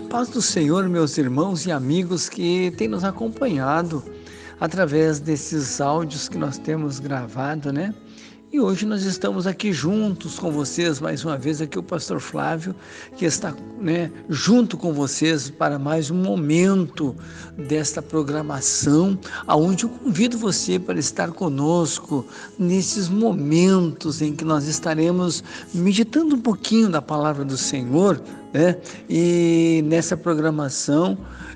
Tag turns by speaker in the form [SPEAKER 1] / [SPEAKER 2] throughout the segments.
[SPEAKER 1] paz do Senhor, meus irmãos e amigos que têm nos acompanhado através desses áudios que nós temos gravado, né? E hoje nós estamos aqui juntos com vocês, mais uma vez aqui o pastor Flávio, que está, junto com vocês para mais um momento desta programação, aonde eu convido você para estar conosco nesses momentos em que nós estaremos meditando um pouquinho da palavra do Senhor, né? E nessa programação,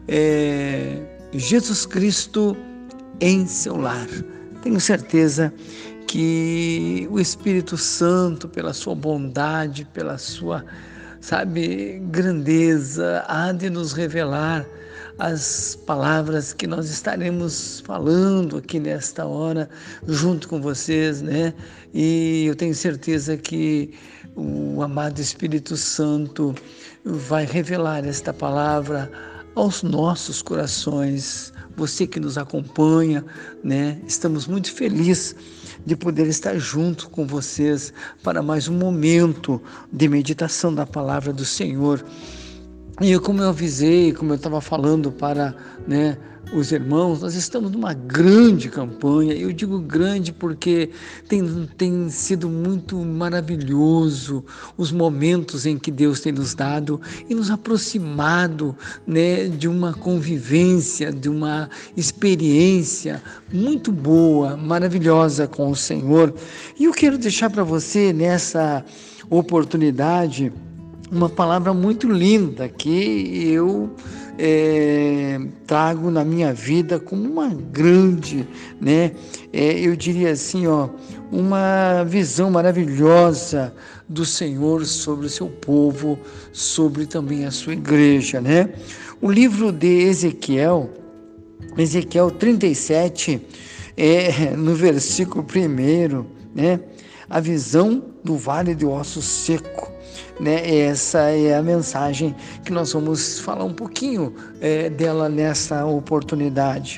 [SPEAKER 1] Jesus Cristo em seu lar. Tenho certeza que o Espírito Santo, pela sua bondade, pela sua, grandeza, há de nos revelar as palavras que nós estaremos falando aqui nesta hora, junto com vocês, né? E eu tenho certeza que o amado Espírito Santo vai revelar esta palavra aos nossos corações. Você que nos acompanha, né? Estamos muito felizes de poder estar junto com vocês para mais um momento de meditação da palavra do Senhor. E como eu avisei, como eu estava falando para os irmãos, nós estamos numa grande campanha. Eu digo grande porque tem sido muito maravilhoso os momentos em que Deus tem nos dado e nos aproximado, de uma convivência, de uma experiência muito boa, maravilhosa com o Senhor. E eu quero deixar para você nessa oportunidade uma palavra muito linda que eu trago na minha vida como uma grande, eu diria assim, uma visão maravilhosa do Senhor sobre o seu povo, sobre também a sua igreja, O livro de Ezequiel 37, no versículo 1, a visão do vale de ossos seco. Essa é a mensagem que nós vamos falar um pouquinho dela nessa oportunidade.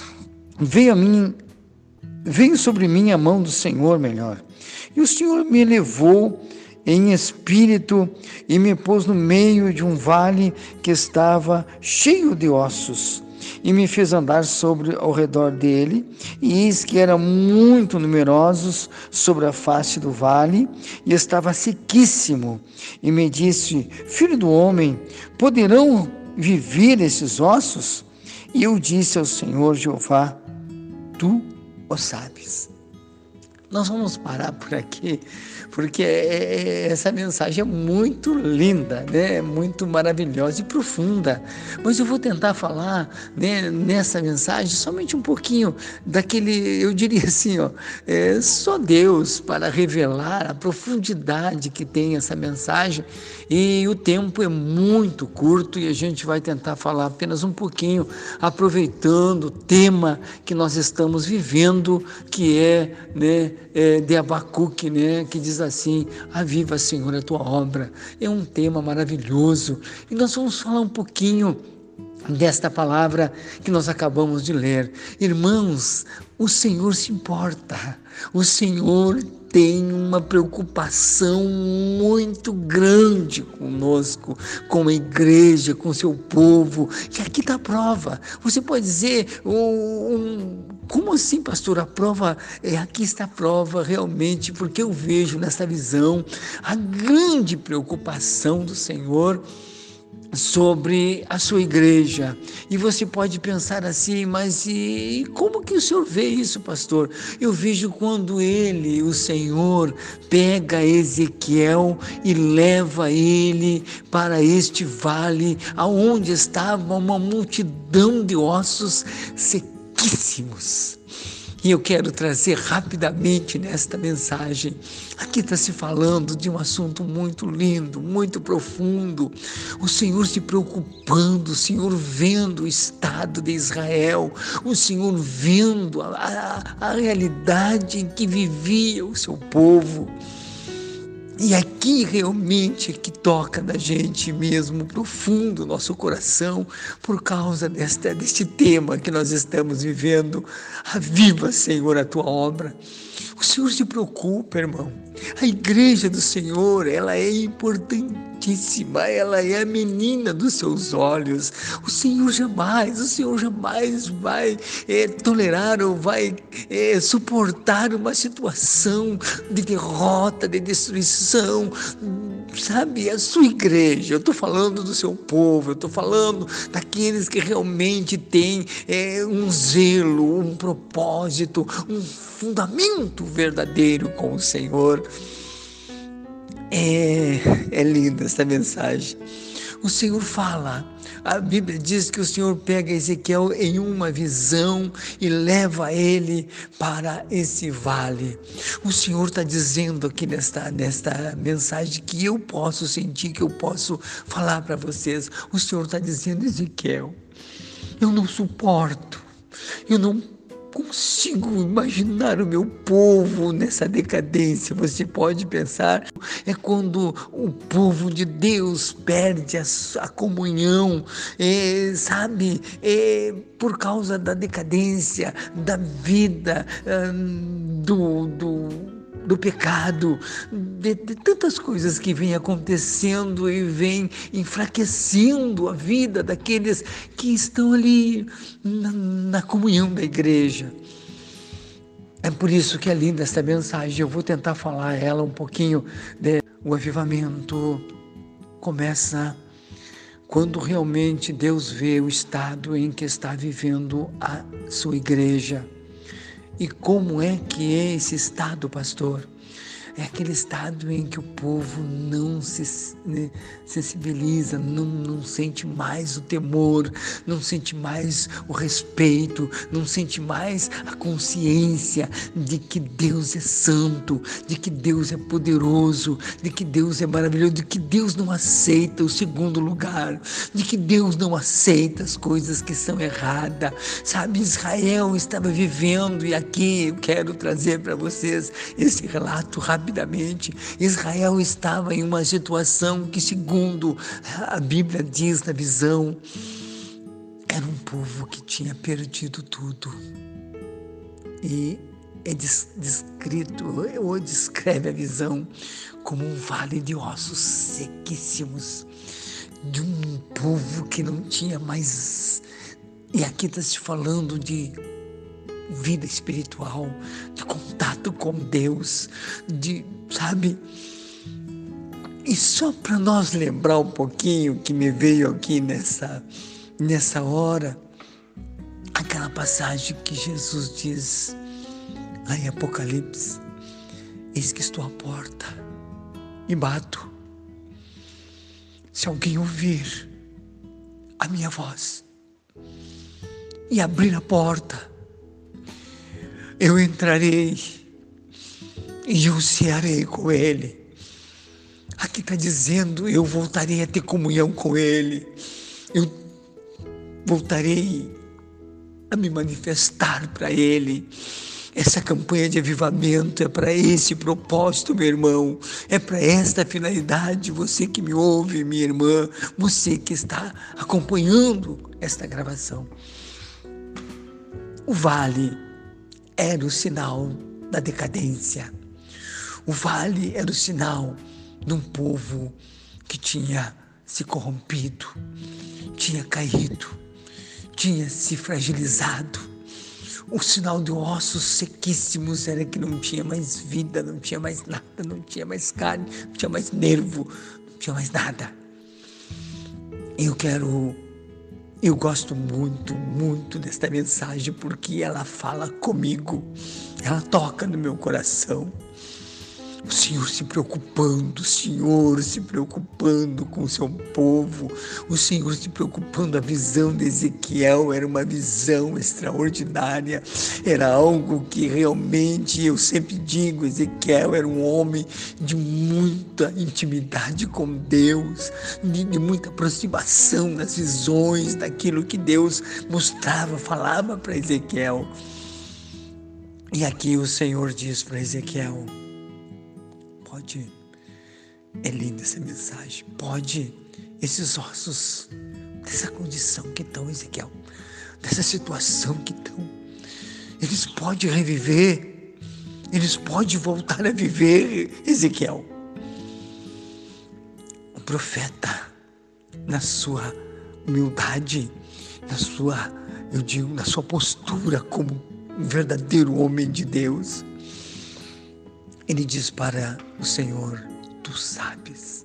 [SPEAKER 1] Veio sobre mim a mão do Senhor, e o Senhor me levou em espírito e me pôs no meio de um vale que estava cheio de ossos, e me fez andar ao redor dele, e eis que eram muito numerosos sobre a face do vale, e estava sequíssimo. E me disse: Filho do homem, poderão viver esses ossos? E eu disse ao Senhor Jeová: Tu o sabes. Nós vamos parar por aqui, porque essa mensagem é muito linda, muito maravilhosa e profunda. Mas eu vou tentar falar, nessa mensagem somente um pouquinho daquele, eu diria assim, só Deus para revelar a profundidade que tem essa mensagem. E o tempo é muito curto e a gente vai tentar falar apenas um pouquinho, aproveitando o tema que nós estamos vivendo, que de Abacuque, que diz assim: aviva, Senhor, a tua obra. É um tema maravilhoso e nós vamos falar um pouquinho desta palavra que nós acabamos de ler. Irmãos, o Senhor se importa, o Senhor tem uma preocupação muito grande conosco, com a igreja, com o seu povo, e aqui está a prova. Você pode dizer, como assim, pastor? A prova, aqui está a prova realmente, porque eu vejo nessa visão a grande preocupação do Senhor sobre a sua igreja. E você pode pensar assim: mas e como que o senhor vê isso, pastor? Eu vejo quando o Senhor, pega Ezequiel e leva ele para este vale, aonde estava uma multidão de ossos sequíssimos. E eu quero trazer rapidamente nesta mensagem. Aqui está se falando de um assunto muito lindo, muito profundo. O Senhor se preocupando, o Senhor vendo o estado de Israel, o Senhor vendo a realidade em que vivia o seu povo. E aqui realmente é que toca da gente mesmo, profundo, nosso coração, por causa deste tema que nós estamos vivendo. Aviva, Senhor, a tua obra. O Senhor se preocupa, irmão. A igreja do Senhor, ela é importantíssima, ela é a menina dos seus olhos. O Senhor jamais vai tolerar ou vai suportar uma situação de derrota, de destruição. Sabe, a sua igreja, eu estou falando do seu povo, eu estou falando daqueles que realmente têm um zelo, um propósito, um fundamento verdadeiro com o Senhor. É linda essa mensagem. O Senhor fala, a Bíblia diz que o Senhor pega Ezequiel em uma visão e leva ele para esse vale. O Senhor está dizendo aqui nesta mensagem que eu posso sentir, que eu posso falar para vocês. O Senhor está dizendo, Ezequiel, eu não suporto, eu não consigo imaginar o meu povo nessa decadência. Você pode pensar, é quando o povo de Deus perde a comunhão, sabe, por causa da decadência, da vida, do pecado, de tantas coisas que vêm acontecendo e vêm enfraquecendo a vida daqueles que estão ali na comunhão da igreja. É por isso que é linda essa mensagem. Eu vou tentar falar ela um pouquinho. O avivamento começa quando realmente Deus vê o estado em que está vivendo a sua igreja. E como é que é esse estado, pastor? É aquele estado em que o povo não se sensibiliza, não sente mais o temor, não sente mais o respeito, não sente mais a consciência de que Deus é santo, de que Deus é poderoso, de que Deus é maravilhoso, de que Deus não aceita o segundo lugar, de que Deus não aceita as coisas que são erradas. Sabe, Israel estava vivendo, e aqui eu quero trazer para vocês esse relato rapidamente. Israel estava em uma situação que, segundo a Bíblia diz na visão, era um povo que tinha perdido tudo. E é descrito, ou descreve a visão como um vale de ossos sequíssimos, de um povo que não tinha mais. E aqui está se falando de vida espiritual, de contato com Deus, sabe? E só para nós lembrar um pouquinho que me veio aqui nessa hora, aquela passagem que Jesus diz lá em Apocalipse: eis que estou à porta e bato. Se alguém ouvir a minha voz e abrir a porta, eu entrarei e eu cearei com ele. Aqui está dizendo, eu voltarei a ter comunhão com ele. Eu voltarei a me manifestar para ele. Essa campanha de avivamento é para esse propósito, meu irmão. É para esta finalidade. Você que me ouve, minha irmã, você que está acompanhando esta gravação. O vale era o sinal da decadência. O vale era o sinal de um povo que tinha se corrompido, tinha caído, tinha se fragilizado. O sinal de ossos sequíssimos era que não tinha mais vida, não tinha mais nada, não tinha mais carne, não tinha mais nervo, não tinha mais nada. Eu gosto muito desta mensagem, porque ela fala comigo, ela toca no meu coração. O Senhor se preocupando com o seu povo, o Senhor se preocupando. A visão de Ezequiel era uma visão extraordinária, era algo que realmente, eu sempre digo, Ezequiel era um homem de muita intimidade com Deus, de muita aproximação nas visões, daquilo que Deus mostrava, falava para Ezequiel. E aqui o Senhor diz para Ezequiel: é linda essa mensagem. Esses ossos, dessa condição que estão, Ezequiel, dessa situação que estão, eles podem reviver. eles podem voltar a viver, Ezequiel. O profeta, na sua humildade, na sua postura como um verdadeiro homem de Deus, ele diz para o Senhor: tu sabes.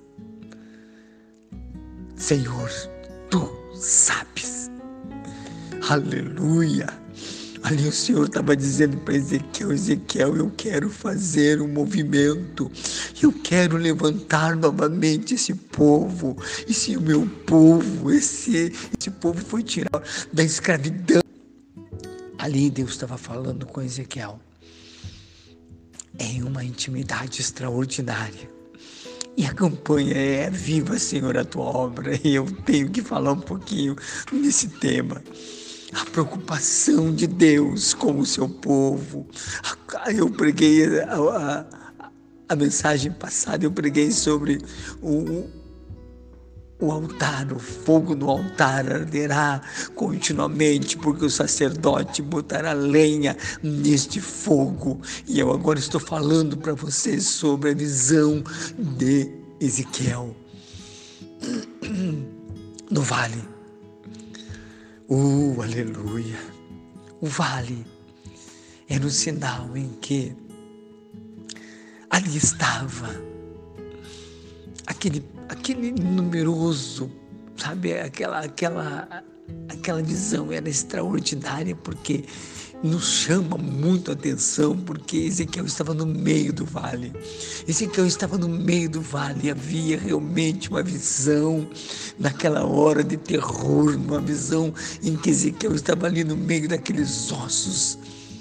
[SPEAKER 1] Senhor, tu sabes. Aleluia. Ali o Senhor estava dizendo para Ezequiel: Ezequiel, eu quero fazer um movimento, eu quero levantar novamente esse povo, esse meu povo, esse povo foi tirado da escravidão. Ali Deus estava falando com Ezequiel em uma intimidade extraordinária. E a campanha é: viva, Senhor, a tua obra. E eu tenho que falar um pouquinho nesse tema. A preocupação de Deus com o seu povo. Eu preguei a mensagem passada, eu preguei sobre o altar, o fogo no altar arderá continuamente, porque o sacerdote botará lenha neste fogo. E eu agora estou falando para vocês sobre a visão de Ezequiel no vale. Aleluia! O vale era um sinal em que ali estava aquele numeroso, sabe, aquela visão era extraordinária, porque nos chama muito a atenção, porque Ezequiel estava no meio do vale. Ezequiel estava no meio do vale, havia realmente uma visão naquela hora de terror, uma visão em que Ezequiel estava ali no meio daqueles ossos.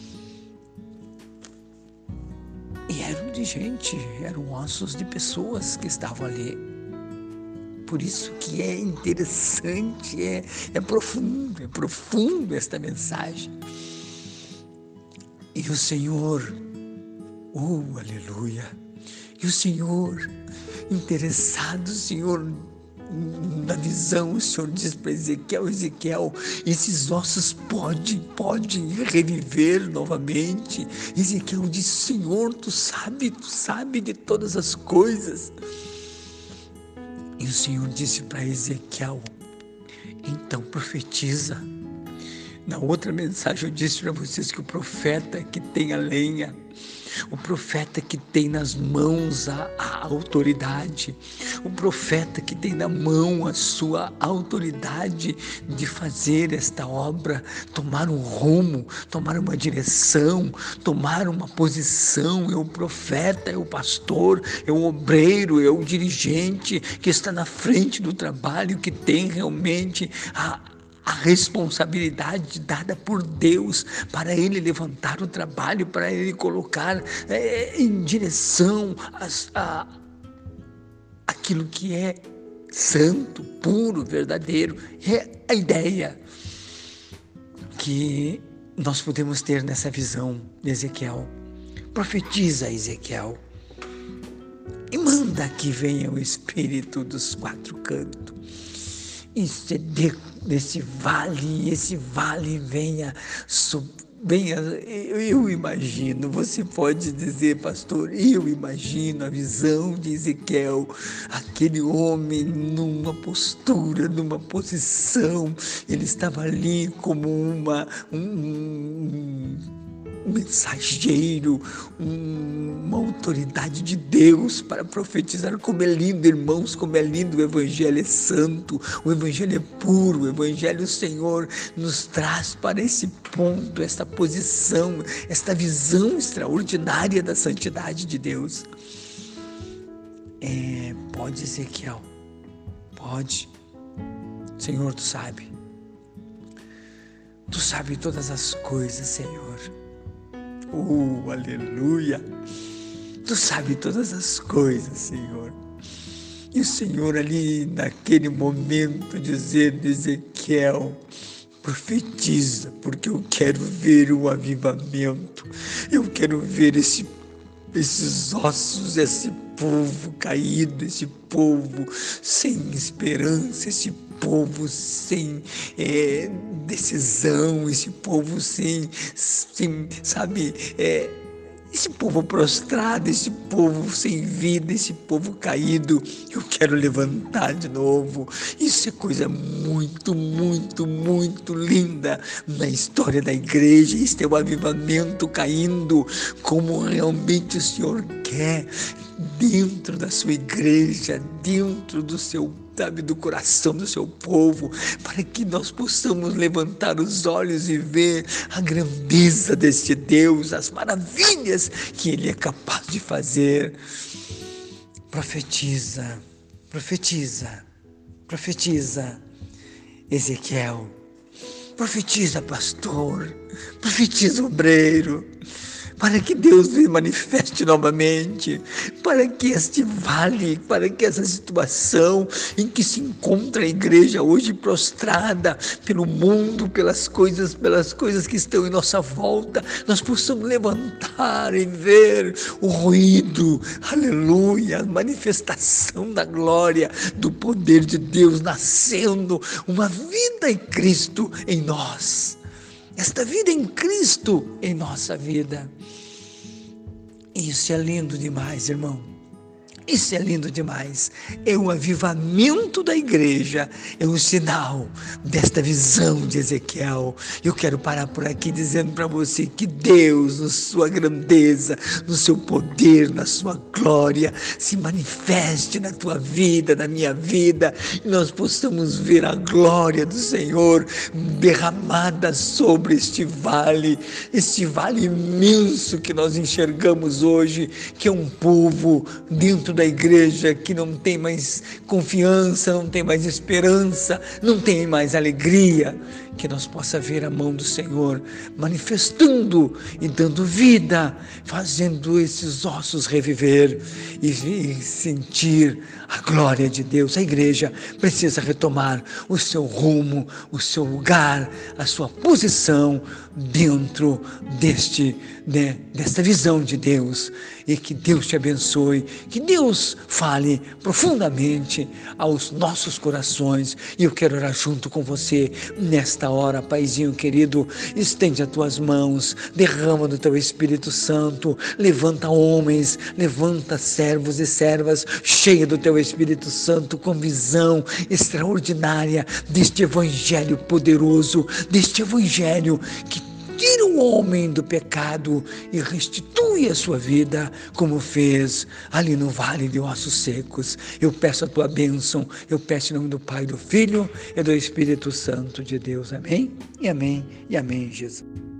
[SPEAKER 1] E eram de gente, eram ossos de pessoas que estavam ali. Por isso que é interessante, é profundo esta mensagem. E o Senhor, aleluia, e o Senhor, interessado, o Senhor, na visão, o Senhor diz para Ezequiel: Ezequiel, esses ossos podem reviver novamente. Ezequiel diz: Senhor, tu sabe de todas as coisas. E o Senhor disse para Ezequiel: então profetiza. Na outra mensagem eu disse para vocês que o profeta que tem a lenha, o profeta que tem nas mãos a autoridade, o profeta que tem na mão a sua autoridade de fazer esta obra, tomar um rumo, tomar uma direção, tomar uma posição. É o profeta, é o pastor, é o obreiro, é o dirigente que está na frente do trabalho, que tem realmente a responsabilidade dada por Deus para ele levantar o trabalho, para ele colocar em direção aquilo que é santo, puro, verdadeiro. É a ideia que nós podemos ter nessa visão de Ezequiel. Profetiza, Ezequiel, e manda que venha o Espírito dos quatro cantos e ceder nesse vale, esse vale venha, eu imagino, você pode dizer, pastor, eu imagino a visão de Ezequiel, aquele homem numa postura, numa posição, ele estava ali como um mensageiro, uma autoridade de Deus para profetizar. Como é lindo, irmãos, como é lindo. O Evangelho é santo, o Evangelho é puro, o Evangelho, o Senhor nos traz para esse ponto, esta posição, esta visão extraordinária da santidade de Deus. Pode, Ezequiel, pode. Senhor, tu sabe todas as coisas, Senhor. Aleluia! Tu sabe todas as coisas, Senhor. E o Senhor ali, naquele momento, dizendo: Ezequiel, profetiza, porque eu quero ver o avivamento. Eu quero ver esses ossos, esse povo caído, esse povo sem esperança, esse povo sem decisão, esse povo sem sabe, esse povo prostrado, esse povo sem vida, esse povo caído, eu quero levantar de novo. Isso é coisa muito, muito, muito linda na história da igreja. Isso é o avivamento caindo, como realmente o Senhor quer, dentro da sua igreja, dentro do seu, sabe, do coração do seu povo, para que nós possamos levantar os olhos e ver a grandeza deste Deus, as maravilhas que Ele é capaz de fazer. Profetiza, profetiza, profetiza, Ezequiel, profetiza, pastor, profetiza, obreiro, para que Deus se manifeste novamente, para que este vale, para que essa situação em que se encontra a igreja hoje prostrada pelo mundo, pelas coisas que estão em nossa volta, nós possamos levantar e ver o ruído, aleluia, a manifestação da glória, do poder de Deus nascendo, uma vida em Cristo em nós. Esta vida em Cristo em nossa vida. Isso é lindo demais, irmão. Isso é lindo demais. É o avivamento da igreja, é o sinal desta visão de Ezequiel. Eu quero parar por aqui dizendo para você que Deus, na sua grandeza, no seu poder, na sua glória, se manifeste na tua vida, na minha vida, e nós possamos ver a glória do Senhor derramada sobre este vale imenso que nós enxergamos hoje, que é um povo dentro da igreja que não tem mais confiança, não tem mais esperança, não tem mais alegria. Que nós possa ver a mão do Senhor manifestando e dando vida, fazendo esses ossos reviver e sentir a glória de Deus. A igreja precisa retomar o seu rumo, o seu lugar, a sua posição dentro desta visão de Deus. E que Deus te abençoe, que Deus fale profundamente aos nossos corações. E eu quero orar junto com você nesta hora. Paizinho querido, estende as tuas mãos, derrama do teu Espírito Santo, levanta homens, levanta servos e servas, cheia do teu Espírito Santo, com visão extraordinária deste evangelho poderoso, deste evangelho que tira o homem do pecado e restitui a sua vida, como fez ali no vale de ossos secos. Eu peço a tua bênção, eu peço em nome do Pai, do Filho e do Espírito Santo de Deus. Amém? E amém, e amém, Jesus.